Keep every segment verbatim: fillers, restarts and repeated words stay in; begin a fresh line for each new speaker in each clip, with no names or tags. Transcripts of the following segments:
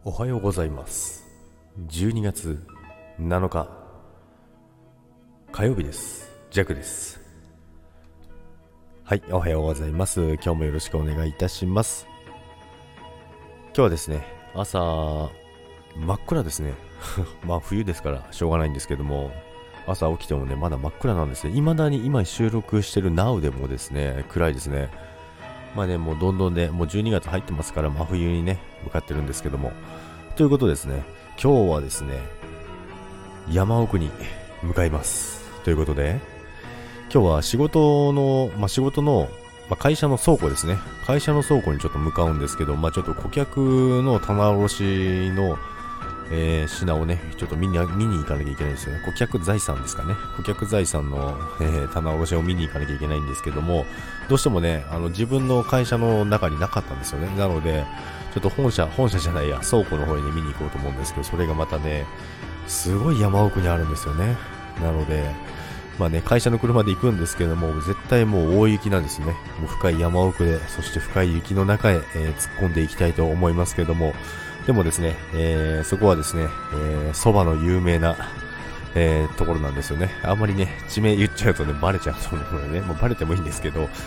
おはようございます。じゅうにがつなのか火曜日です。ジャックです。はい、おはようございます。今日もよろしくお願いいたします。今日はですね、朝真っ暗ですね。まあ冬ですからしょうがないんですけども、朝起きてもねまだ真っ暗なんですね。未だに今収録してる ナウ でもですね暗いですね。まあね、もうどんどんね、もうじゅうにがつ入ってますから真冬にね向かってるんですけども、ということですね、今日はですね山奥に向かいます。ということで今日は仕事の、まあ、仕事の、まあ、会社の倉庫ですね。会社の倉庫にちょっと向かうんですけど、まあ、ちょっと顧客の棚卸しの、えー、品をねちょっと見に、見に行かなきゃいけないんですよね。顧客財産ですかね。顧客財産の、えー、棚卸しを見に行かなきゃいけないんですけども、どうしてもねあの自分の会社の中になかったんですよね。なのでちょっと本社本社じゃないや倉庫の方に、ね、見に行こうと思うんですけど、それがまたねすごい山奥にあるんですよね。なのでまあね会社の車で行くんですけども、絶対もう大雪なんですね。もう深い山奥で、そして深い雪の中へ、えー、突っ込んでいきたいと思いますけども、でもですね、えー、そこはですね、えー、蕎麦の有名な、えー、ところなんですよね。あんまりね地名言っちゃうとねバレちゃうと思うのでね、もうバレてもいいんですけど、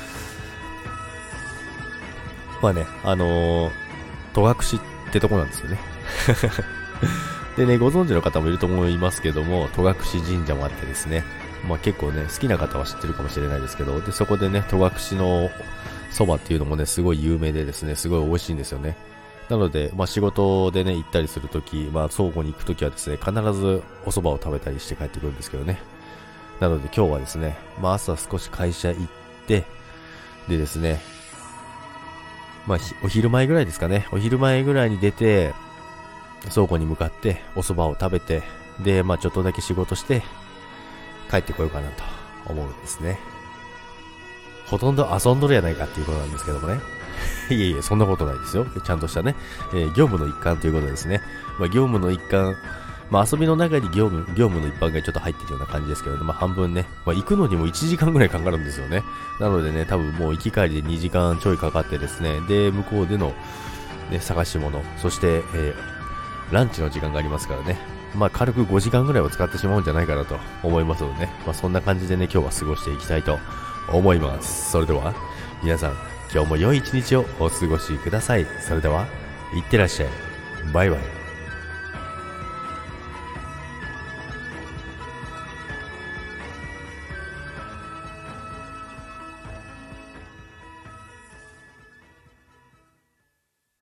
まあねあのー、戸隠ってとこなんですよね。でね、ご存知の方もいると思いますけども、戸隠神社もあってですね、まあ結構ね好きな方は知ってるかもしれないですけど、でそこでね戸隠の蕎麦っていうのもねすごい有名でですね、すごい美味しいんですよね。なので、まあ、仕事でね行ったりするとき、まあ、倉庫に行くときはですね必ずお蕎麦を食べたりして帰ってくるんですけどね。なので今日はですね、まあ、朝少し会社行ってでですね、まあ、お昼前ぐらいですかね、お昼前ぐらいに出て倉庫に向かってお蕎麦を食べて、で、まあ、ちょっとだけ仕事して帰ってこようかなと思うんですね。ほとんど遊んどるやないかっていうことなんですけどもね。いえいえ、そんなことないですよ。ちゃんとしたね、えー、業務の一環ということですね。まあ、業務の一環、まあ、遊びの中に業務、業務の一環がちょっと入ってるような感じですけど、まあ、半分ね、まあ、行くのにもいちじかんぐらいかかるんですよね。なのでね、多分もう行き帰りでにじかんちょいかかってですね、で、向こうでの、ね、探し物、そして、えー、ランチの時間がありますからね。まあ、軽くごじかんぐらいは使ってしまうんじゃないかなと思いますのでね。まあ、そんな感じでね、今日は過ごしていきたいと思います。それでは、皆さん、今日も良い一日をお過ごしください。それでは、いってらっしゃい。バイバイ。